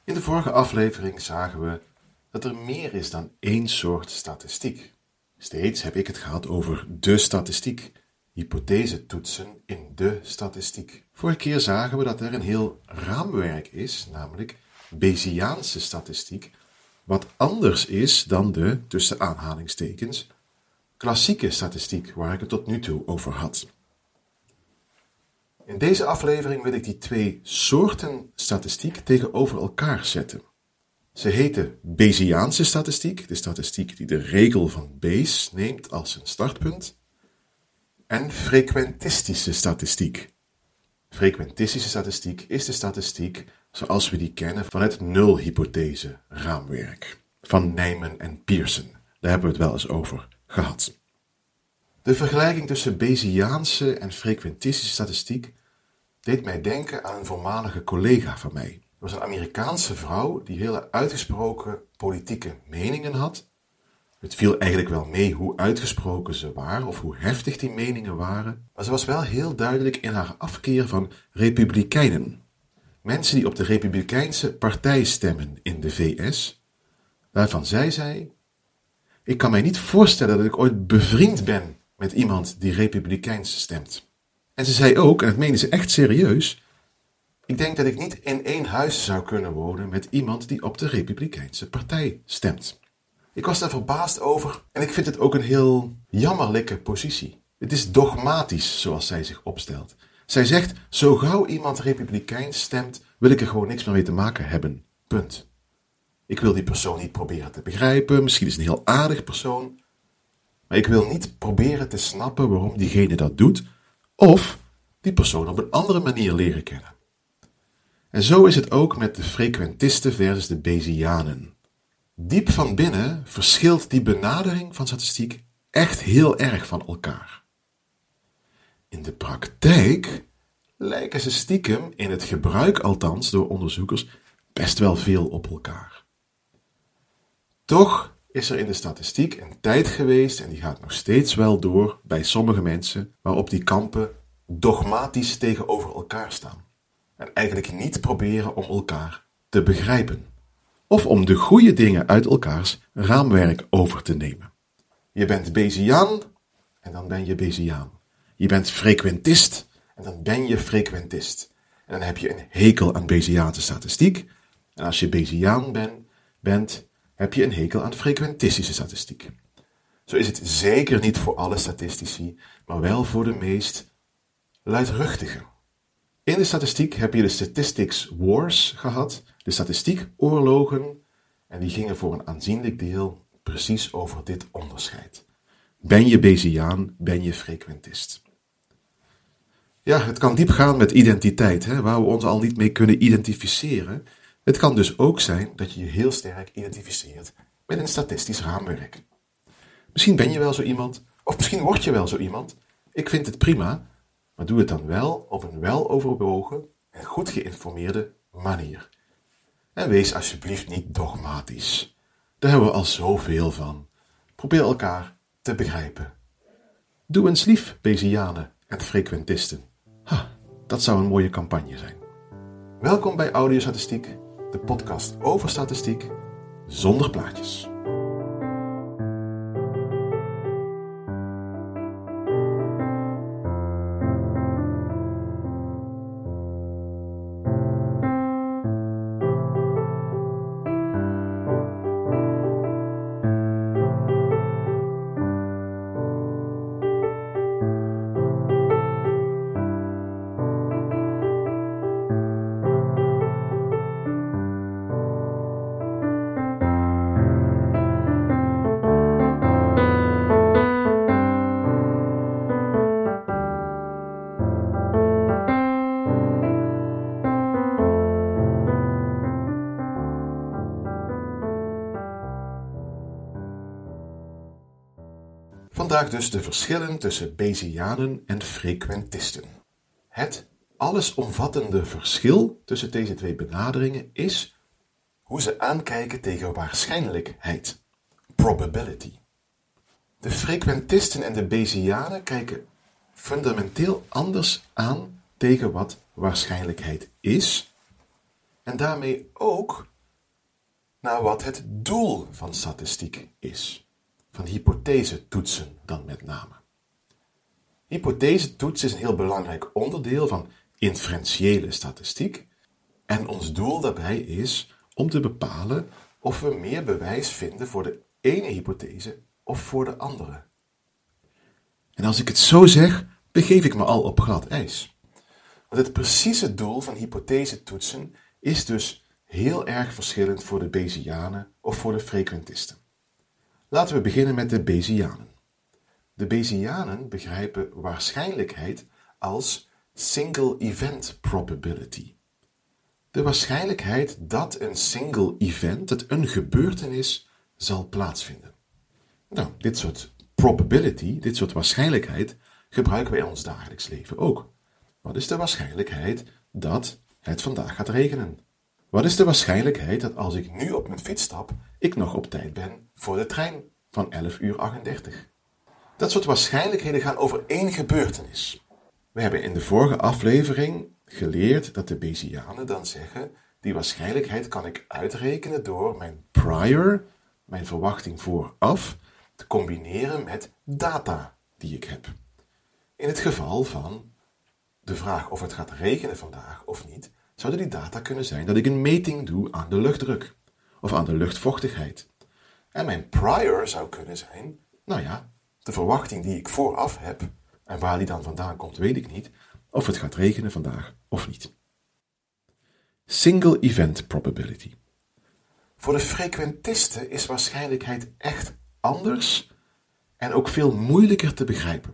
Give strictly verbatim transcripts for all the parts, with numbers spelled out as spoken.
In de vorige aflevering zagen we dat er meer is dan één soort statistiek. Steeds heb ik het gehad over de statistiek, hypothesetoetsen in de statistiek. Vorige keer zagen we dat er een heel raamwerk is, namelijk Bayesiaanse statistiek, wat anders is dan de, tussen aanhalingstekens, klassieke statistiek waar ik het tot nu toe over had. In deze aflevering wil ik die twee soorten statistiek tegenover elkaar zetten. Ze heten Bayesiaanse statistiek, de statistiek die de regel van Bayes neemt als een startpunt, en frequentistische statistiek. Frequentistische statistiek is de statistiek zoals we die kennen van het nulhypothese raamwerk van Nijman en Pearson. Daar hebben we het wel eens over gehad. De vergelijking tussen Bayesiaanse en frequentistische statistiek deed mij denken aan een voormalige collega van mij. Er was een Amerikaanse vrouw die hele uitgesproken politieke meningen had. Het viel eigenlijk wel mee hoe uitgesproken ze waren of hoe heftig die meningen waren. Maar ze was wel heel duidelijk in haar afkeer van republikeinen. Mensen die op de Republikeinse partij stemmen in de V S, waarvan zij zei: ik kan mij niet voorstellen dat ik ooit bevriend ben met iemand die Republikeins stemt. En ze zei ook, en dat meende ze echt serieus: ik denk dat ik niet in één huis zou kunnen wonen met iemand die op de Republikeinse partij stemt. Ik was daar verbaasd over en ik vind het ook een heel jammerlijke positie. Het is dogmatisch zoals zij zich opstelt. Zij zegt, zo gauw iemand Republikeins stemt, wil ik er gewoon niks meer mee te maken hebben. Punt. Ik wil die persoon niet proberen te begrijpen, misschien is het een heel aardig persoon, maar ik wil niet proberen te snappen waarom diegene dat doet, of die persoon op een andere manier leren kennen. En zo is het ook met de frequentisten versus de Bayesianen. Diep van binnen verschilt die benadering van statistiek echt heel erg van elkaar. In de praktijk lijken ze stiekem, in het gebruik althans door onderzoekers, best wel veel op elkaar. Toch is er in de statistiek een tijd geweest, en die gaat nog steeds wel door bij sommige mensen, waarop die kampen dogmatisch tegenover elkaar staan. En eigenlijk niet proberen om elkaar te begrijpen. Of om de goede dingen uit elkaars raamwerk over te nemen. Je bent Bayesiaan en dan ben je Bayesiaan. Je bent frequentist en dan ben je frequentist. En dan heb je een hekel aan Bayesiaanse statistiek. En als je Bayesiaan ben, bent, heb je een hekel aan frequentistische statistiek. Zo is het zeker niet voor alle statistici, maar wel voor de meest luidruchtige. In de statistiek heb je de statistics wars gehad, de statistiekoorlogen, en die gingen voor een aanzienlijk deel precies over dit onderscheid. Ben je Bayesiaan, ben je frequentist? Ja, het kan diep gaan met identiteit, hè, waar we ons al niet mee kunnen identificeren. Het kan dus ook zijn dat je je heel sterk identificeert met een statistisch raamwerk. Misschien ben je wel zo iemand, of misschien word je wel zo iemand. Ik vind het prima, maar doe het dan wel op een weloverwogen en goed geïnformeerde manier. En wees alsjeblieft niet dogmatisch. Daar hebben we al zoveel van. Probeer elkaar te begrijpen. Doe eens lief, Bayesianen en frequentisten. Ha, dat zou een mooie campagne zijn. Welkom bij Audiostatistiek, de podcast over statistiek zonder plaatjes. Vandaag dus de verschillen tussen Bayesianen en frequentisten. Het allesomvattende verschil tussen deze twee benaderingen is hoe ze aankijken tegen waarschijnlijkheid, probability. De frequentisten en de Bayesianen kijken fundamenteel anders aan tegen wat waarschijnlijkheid is en daarmee ook naar wat het doel van statistiek is. Van hypothesetoetsen dan met name. Hypothesetoets is een heel belangrijk onderdeel van inferentiële statistiek. En ons doel daarbij is om te bepalen of we meer bewijs vinden voor de ene hypothese of voor de andere. En als ik het zo zeg, begeef ik me al op glad ijs. Want het precieze doel van hypothesetoetsen is dus heel erg verschillend voor de Bayesianen of voor de frequentisten. Laten we beginnen met de Bayesianen. De Bayesianen begrijpen waarschijnlijkheid als single event probability. De waarschijnlijkheid dat een single event, dat een gebeurtenis, zal plaatsvinden. Nou, dit soort probability, dit soort waarschijnlijkheid, gebruiken we in ons dagelijks leven ook. Wat is de waarschijnlijkheid dat het vandaag gaat regenen? Wat is de waarschijnlijkheid dat als ik nu op mijn fiets stap, ik nog op tijd ben voor de trein van elf uur achtendertig? Dat soort waarschijnlijkheden gaan over één gebeurtenis. We hebben in de vorige aflevering geleerd dat de Bayesianen dan zeggen, die waarschijnlijkheid kan ik uitrekenen door mijn prior, mijn verwachting vooraf, te combineren met data die ik heb. In het geval van de vraag of het gaat regenen vandaag of niet, zouden die data kunnen zijn dat ik een meting doe aan de luchtdruk of aan de luchtvochtigheid. En mijn prior zou kunnen zijn, nou ja, de verwachting die ik vooraf heb, en waar die dan vandaan komt weet ik niet, of het gaat regenen vandaag of niet. Single event probability. Voor de frequentisten is waarschijnlijkheid echt anders en ook veel moeilijker te begrijpen.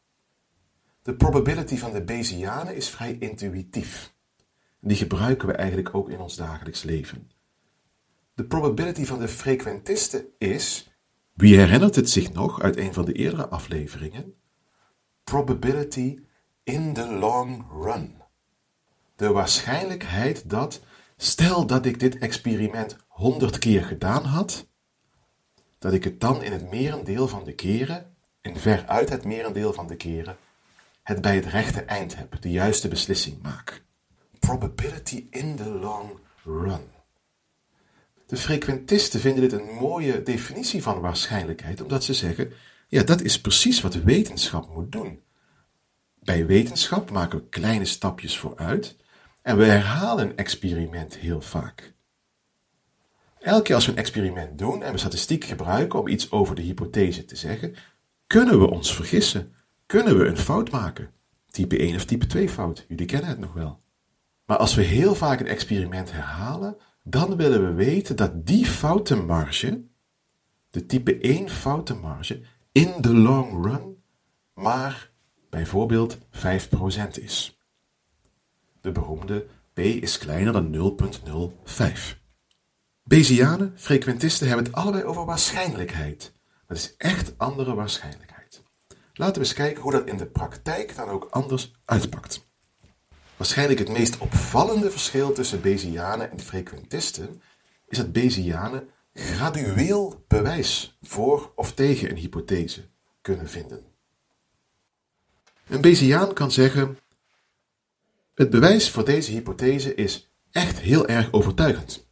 De probability van de Bayesianen is vrij intuïtief. Die gebruiken we eigenlijk ook in ons dagelijks leven. De probability van de frequentisten is, wie herinnert het zich nog uit een van de eerdere afleveringen? Probability in the long run. De waarschijnlijkheid dat, stel dat ik dit experiment honderd keer gedaan had, dat ik het dan in het merendeel van de keren, en veruit het merendeel van de keren, het bij het rechte eind heb, de juiste beslissing maak. Probability in the long run. De frequentisten vinden dit een mooie definitie van waarschijnlijkheid, omdat ze zeggen, ja, dat is precies wat wetenschap moet doen. Bij wetenschap maken we kleine stapjes vooruit en we herhalen een experiment heel vaak. Elke keer als we een experiment doen en we statistiek gebruiken om iets over de hypothese te zeggen, kunnen we ons vergissen, kunnen we een fout maken. Type één of type twee fout, jullie kennen het nog wel. Maar als we heel vaak een experiment herhalen, dan willen we weten dat die foutenmarge, de type één foutenmarge, in de long run maar bijvoorbeeld vijf procent is. De beroemde p is kleiner dan nul komma nul vijf. Bayesianen, frequentisten hebben het allebei over waarschijnlijkheid. Dat is echt andere waarschijnlijkheid. Laten we eens kijken hoe dat in de praktijk dan ook anders uitpakt. Waarschijnlijk het meest opvallende verschil tussen Bayesianen en frequentisten is dat Bayesianen gradueel bewijs voor of tegen een hypothese kunnen vinden. Een Bayesiaan kan zeggen, het bewijs voor deze hypothese is echt heel erg overtuigend.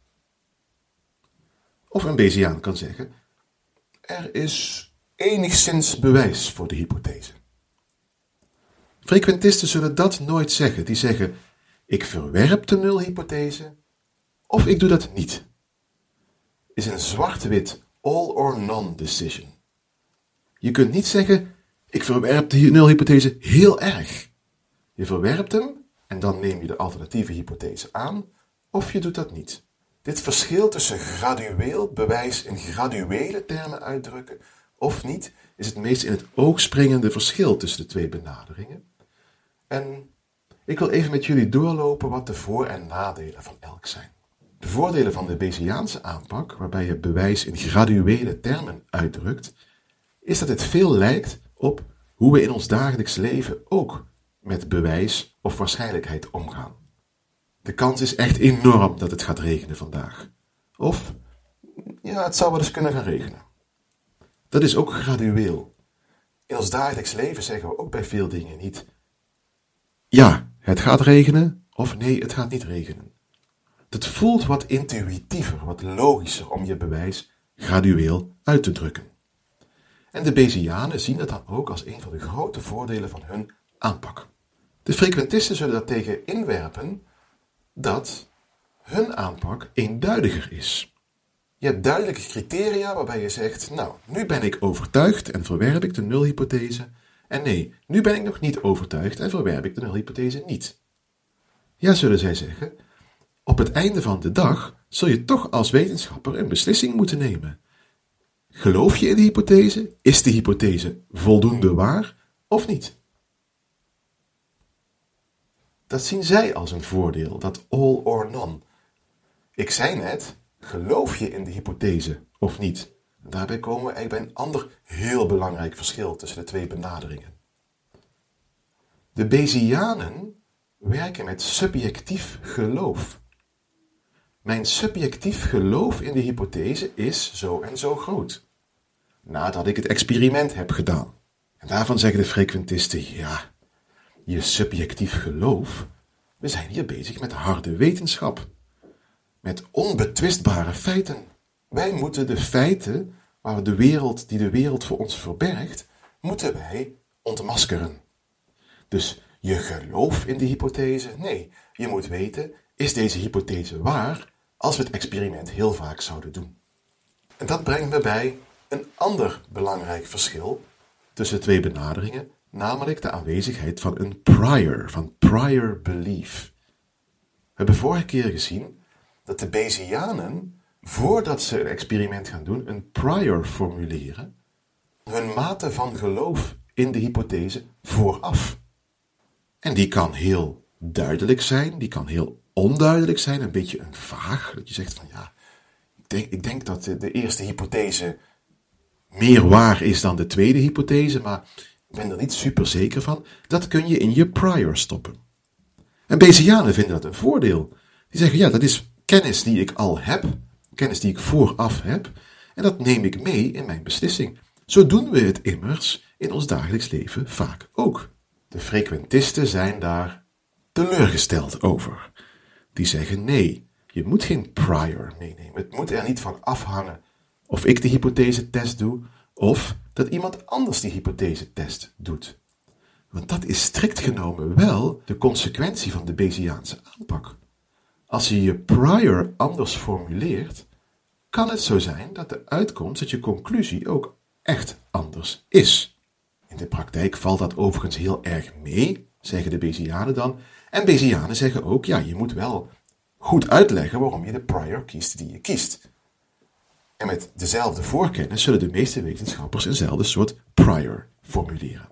Of een Bayesiaan kan zeggen, er is enigszins bewijs voor de hypothese. Frequentisten zullen dat nooit zeggen. Die zeggen, ik verwerp de nulhypothese of ik doe dat niet. Is een zwart-wit all or none decision. Je kunt niet zeggen, ik verwerp de nulhypothese heel erg. Je verwerpt hem en dan neem je de alternatieve hypothese aan, of je doet dat niet. Dit verschil tussen gradueel bewijs in graduele termen uitdrukken of niet, is het meest in het oog springende verschil tussen de twee benaderingen. En ik wil even met jullie doorlopen wat de voor- en nadelen van elk zijn. De voordelen van de Bayesiaanse aanpak, waarbij je bewijs in graduele termen uitdrukt, is dat het veel lijkt op hoe we in ons dagelijks leven ook met bewijs of waarschijnlijkheid omgaan. De kans is echt enorm dat het gaat regenen vandaag. Of, ja, het zou wel eens kunnen gaan regenen. Dat is ook gradueel. In ons dagelijks leven zeggen we ook bij veel dingen niet, ja, het gaat regenen, of nee, het gaat niet regenen. Het voelt wat intuïtiever, wat logischer om je bewijs gradueel uit te drukken. En de Bayesianen zien het dan ook als een van de grote voordelen van hun aanpak. De frequentisten zullen daartegen inwerpen dat hun aanpak eenduidiger is. Je hebt duidelijke criteria waarbij je zegt, nou, nu ben ik overtuigd en verwerp ik de nulhypothese. En nee, nu ben ik nog niet overtuigd en verwerp ik de nulhypothese niet. Ja, zullen zij zeggen, op het einde van de dag zul je toch als wetenschapper een beslissing moeten nemen. Geloof je in de hypothese? Is de hypothese voldoende waar of niet? Dat zien zij als een voordeel, dat all or none. Ik zei net, geloof je in de hypothese of niet? Daarbij komen we eigenlijk bij een ander heel belangrijk verschil tussen de twee benaderingen. De Bayesianen werken met subjectief geloof. Mijn subjectief geloof in de hypothese is zo en zo groot. Nadat ik het experiment heb gedaan. En daarvan zeggen de frequentisten, ja, je subjectief geloof, we zijn hier bezig met harde wetenschap. Met onbetwistbare feiten. Wij moeten de feiten waar de wereld, die de wereld voor ons verbergt, moeten wij ontmaskeren. Dus je geloof in de hypothese? Nee, je moet weten, is deze hypothese waar als we het experiment heel vaak zouden doen? En dat brengt me bij een ander belangrijk verschil tussen de twee benaderingen, namelijk de aanwezigheid van een prior, van prior belief. We hebben vorige keer gezien dat de Bayesianen, voordat ze een experiment gaan doen, een prior formuleren, hun mate van geloof in de hypothese vooraf. En die kan heel duidelijk zijn, die kan heel onduidelijk zijn, een beetje een vaag, dat je zegt van ja, ik denk, ik denk dat de, de eerste hypothese meer waar is dan de tweede hypothese, maar ik ben er niet super zeker van. Dat kun je in je prior stoppen. En Bayesianen vinden dat een voordeel. Die zeggen, ja, dat is kennis die ik al heb, kennis die ik vooraf heb, en dat neem ik mee in mijn beslissing. Zo doen we het immers in ons dagelijks leven vaak ook. De frequentisten zijn daar teleurgesteld over. Die zeggen, nee, je moet geen prior meenemen. Het moet er niet van afhangen of ik de hypothese-test doe, of dat iemand anders die hypothese-test doet. Want dat is strikt genomen wel de consequentie van de Bayesiaanse aanpak. Als je je prior anders formuleert, kan het zo zijn dat de uitkomst, dat je conclusie ook echt anders is. In de praktijk valt dat overigens heel erg mee, zeggen de Bayesianen dan. En Bayesianen zeggen ook, ja, je moet wel goed uitleggen waarom je de prior kiest die je kiest. En met dezelfde voorkennis zullen de meeste wetenschappers eenzelfde soort prior formuleren.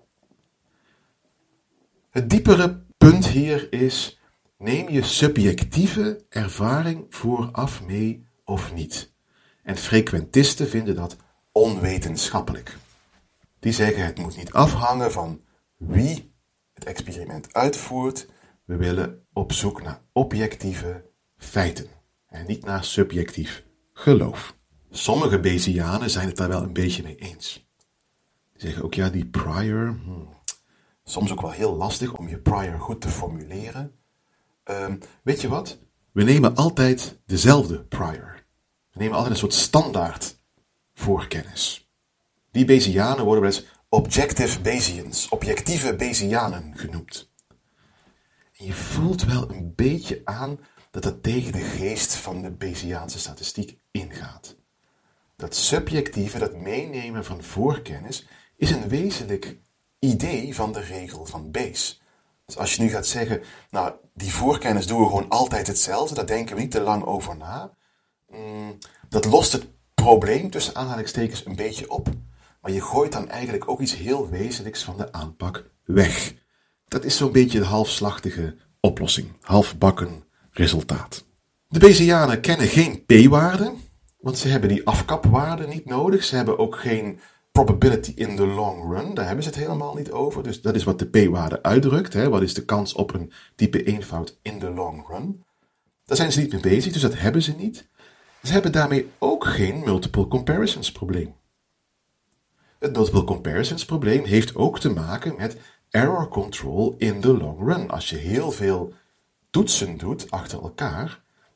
Het diepere punt hier is, neem je subjectieve ervaring vooraf mee of niet. En frequentisten vinden dat onwetenschappelijk. Die zeggen het moet niet afhangen van wie het experiment uitvoert. We willen op zoek naar objectieve feiten en niet naar subjectief geloof. Sommige Bayesianen zijn het daar wel een beetje mee eens. Die zeggen ook, ja, die prior, hmm, soms ook wel heel lastig om je prior goed te formuleren. Um, weet je wat? We nemen altijd dezelfde prior. We nemen altijd een soort standaard voorkennis. Die Bayesianen worden wel eens objective Bayesians, objectieve Bayesianen genoemd. En je voelt wel een beetje aan dat dat tegen de geest van de Bayesiaanse statistiek ingaat. Dat subjectieve, dat meenemen van voorkennis, is een wezenlijk idee van de regel van Bayes. Dus als je nu gaat zeggen, nou, die voorkennis doen we gewoon altijd hetzelfde, daar denken we niet te lang over na. Dat lost het probleem tussen aanhalingstekens een beetje op. Maar je gooit dan eigenlijk ook iets heel wezenlijks van de aanpak weg. Dat is zo'n beetje de halfslachtige oplossing, halfbakken resultaat. De Bayesianen kennen geen p-waarde, want ze hebben die afkapwaarde niet nodig. Ze hebben ook geen probability in the long run, daar hebben ze het helemaal niet over. Dus dat is wat de p-waarde uitdrukt. Hè? Wat is de kans op een type eenvoud in the long run? Daar zijn ze niet mee bezig, dus dat hebben ze niet. Ze hebben daarmee ook geen multiple comparisons probleem. Het multiple comparisons probleem heeft ook te maken met error control in the long run. Als je heel veel toetsen doet achter elkaar,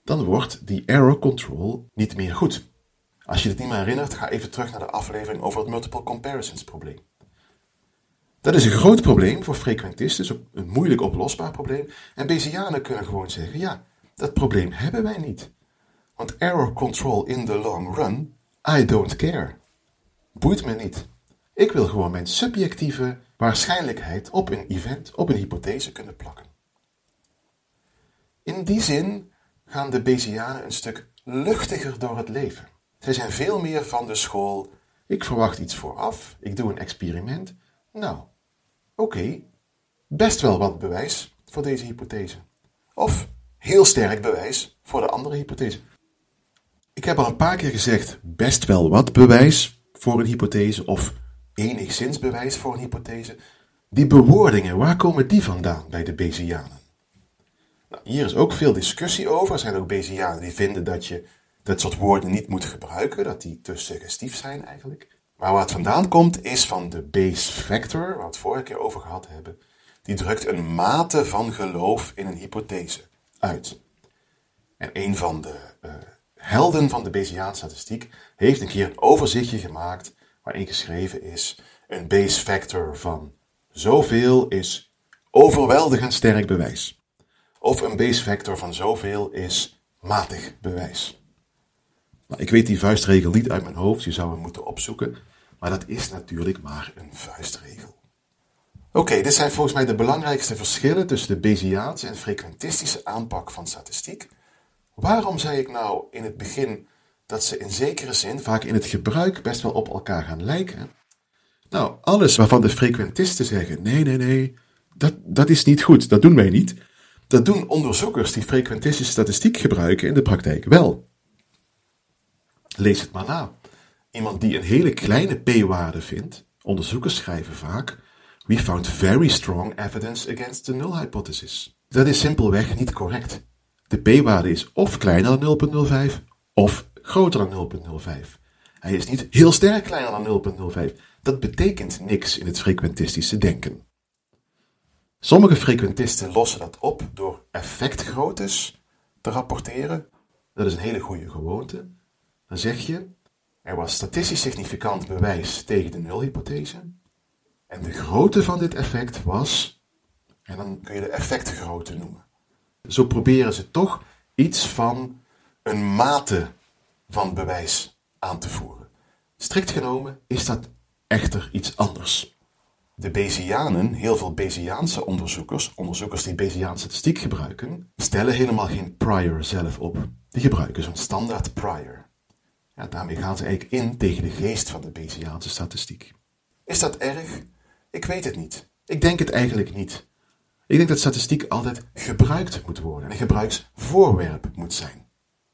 dan wordt die error control niet meer goed. Als je het niet meer herinnert, ga even terug naar de aflevering over het multiple comparisons probleem. Dat is een groot probleem voor frequentisten, een moeilijk oplosbaar probleem. En Bayesianen kunnen gewoon zeggen, ja, dat probleem hebben wij niet. Want error control in the long run, I don't care. Boeit me niet. Ik wil gewoon mijn subjectieve waarschijnlijkheid op een event, op een hypothese kunnen plakken. In die zin gaan de Bayesianen een stuk luchtiger door het leven. Zij zijn veel meer van de school, ik verwacht iets vooraf, ik doe een experiment. Nou, oké, okay, best wel wat bewijs voor deze hypothese. Of heel sterk bewijs voor de andere hypothese. Ik heb al een paar keer gezegd, best wel wat bewijs voor een hypothese of enigszins bewijs voor een hypothese. Die bewoordingen, waar komen die vandaan bij de Bayesianen? Nou, hier is ook veel discussie over. Er zijn ook Bayesianen die vinden dat je dat soort woorden niet moet gebruiken, dat die te suggestief zijn eigenlijk. Maar waar het vandaan komt is van de Bayes factor, waar we het vorige keer over gehad hebben. Die drukt een mate van geloof in een hypothese uit. En een van de uh, helden van de Bayesiaanse statistiek heeft een keer een overzichtje gemaakt waarin geschreven is: een Bayes factor van zoveel is overweldigend sterk bewijs. Of een Bayes factor van zoveel is matig bewijs. Nou, ik weet die vuistregel niet uit mijn hoofd, je zou hem moeten opzoeken, maar dat is natuurlijk maar een vuistregel. Oké, okay, dit zijn volgens mij de belangrijkste verschillen tussen de Bayesiaanse en frequentistische aanpak van statistiek. Waarom zei ik nou in het begin dat ze in zekere zin, vaak in het gebruik, best wel op elkaar gaan lijken? Nou, alles waarvan de frequentisten zeggen, nee, nee, nee, dat, dat is niet goed, dat doen wij niet. Dat doen onderzoekers die frequentistische statistiek gebruiken in de praktijk wel. Lees het maar na. Iemand die een hele kleine p-waarde vindt, onderzoekers schrijven vaak, we found very strong evidence against the null hypothesis. Dat is simpelweg niet correct. De p-waarde is of kleiner dan nul komma nul vijf of groter dan nul komma nul vijf. Hij is niet heel sterk kleiner dan nul komma nul vijf. Dat betekent niks in het frequentistische denken. Sommige frequentisten lossen dat op door effectgroottes te rapporteren. Dat is een hele goede gewoonte. Dan zeg je, er was statistisch significant bewijs tegen de nulhypothese. En de grootte van dit effect was, en dan kun je de effectgrootte noemen. Zo proberen ze toch iets van een mate van bewijs aan te voeren. Strikt genomen is dat echter iets anders. De Bayesianen, heel veel Bayesiaanse onderzoekers, onderzoekers die Bayesiaanse statistiek gebruiken, stellen helemaal geen prior zelf op. Die gebruiken zo'n standaard prior. Ja, daarmee gaan ze eigenlijk in tegen de geest van de Bayesiaanse statistiek. Is dat erg? Ik weet het niet. Ik denk het eigenlijk niet. Ik denk dat statistiek altijd gebruikt moet worden en een gebruiksvoorwerp moet zijn.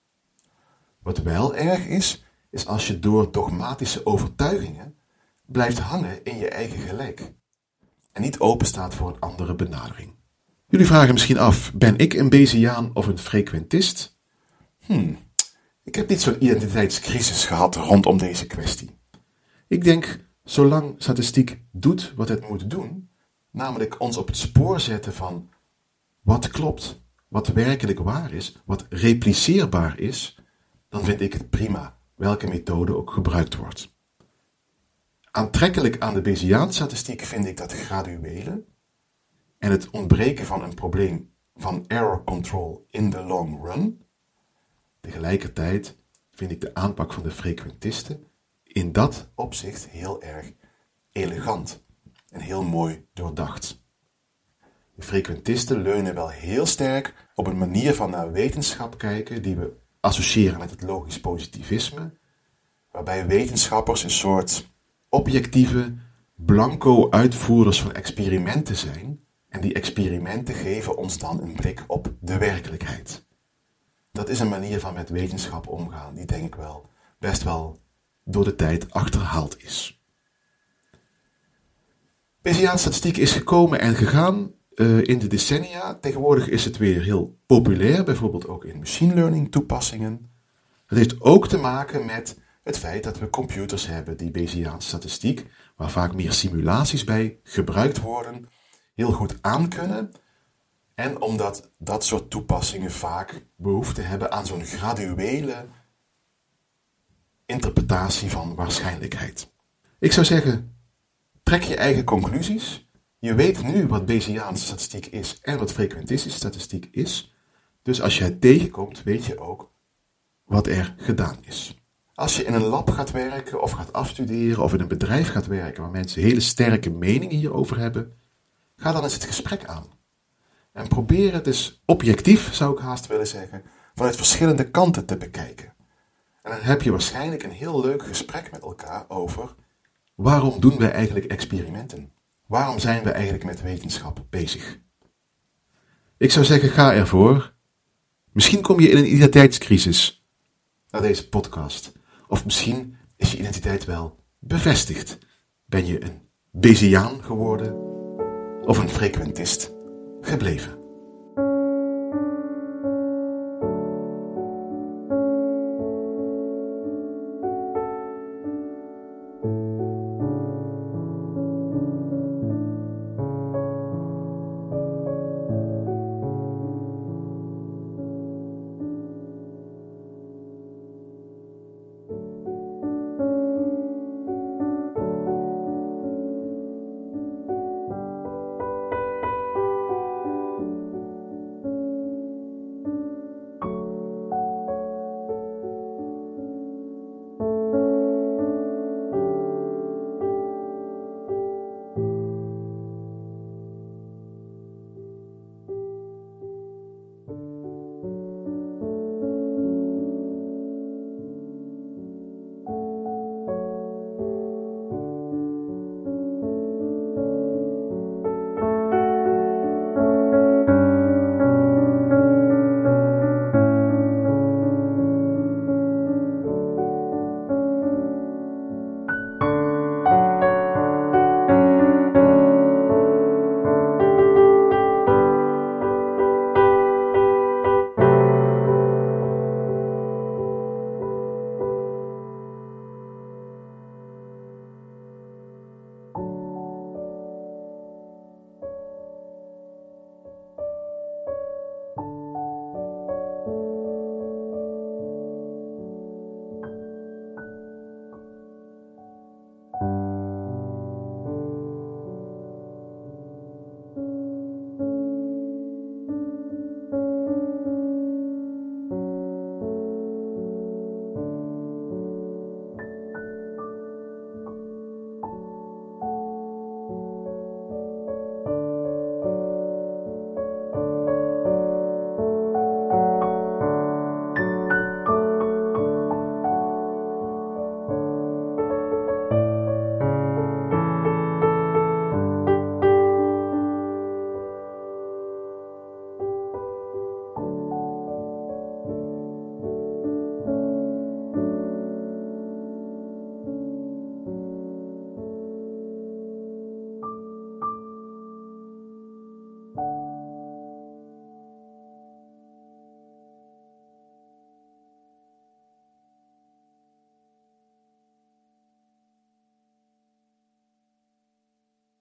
Wat wel erg is, is als je door dogmatische overtuigingen blijft hangen in je eigen gelijk en niet openstaat voor een andere benadering. Jullie vragen misschien af, ben ik een Bayesiaan of een frequentist? Hmm, ik heb niet zo'n identiteitscrisis gehad rondom deze kwestie. Ik denk, zolang statistiek doet wat het moet doen, namelijk ons op het spoor zetten van wat klopt, wat werkelijk waar is, wat repliceerbaar is, dan vind ik het prima welke methode ook gebruikt wordt. Aantrekkelijk aan de Bayesiaanse statistiek vind ik dat graduele en het ontbreken van een probleem van error control in the long run. Tegelijkertijd vind ik de aanpak van de frequentisten in dat opzicht heel erg elegant en heel mooi doordacht. De frequentisten leunen wel heel sterk op een manier van naar wetenschap kijken die we associëren met het logisch positivisme, waarbij wetenschappers een soort objectieve, blanco uitvoerders van experimenten zijn en die experimenten geven ons dan een blik op de werkelijkheid. Dat is een manier van met wetenschap omgaan die denk ik wel best wel door de tijd achterhaald is. Bayesiaanse statistiek is gekomen en gegaan uh, in de decennia. Tegenwoordig is het weer heel populair, bijvoorbeeld ook in machine learning toepassingen. Het heeft ook te maken met het feit dat we computers hebben die Bayesiaanse statistiek, waar vaak meer simulaties bij gebruikt worden, heel goed aankunnen. En omdat dat soort toepassingen vaak behoefte hebben aan zo'n graduele interpretatie van waarschijnlijkheid. Ik zou zeggen, trek je eigen conclusies. Je weet nu wat Bayesiaanse statistiek is en wat frequentistische statistiek is. Dus als je het tegenkomt, weet je ook wat er gedaan is. Als je in een lab gaat werken of gaat afstuderen of in een bedrijf gaat werken waar mensen hele sterke meningen hierover hebben, ga dan eens het gesprek aan. En probeer het dus objectief, zou ik haast willen zeggen, vanuit verschillende kanten te bekijken. En dan heb je waarschijnlijk een heel leuk gesprek met elkaar over waarom doen wij eigenlijk experimenten? Waarom zijn we eigenlijk met wetenschap bezig? Ik zou zeggen, ga ervoor. Misschien kom je in een identiteitscrisis na deze podcast. Of misschien is je identiteit wel bevestigd. Ben je een Bayesiaan geworden of een frequentist gebleven?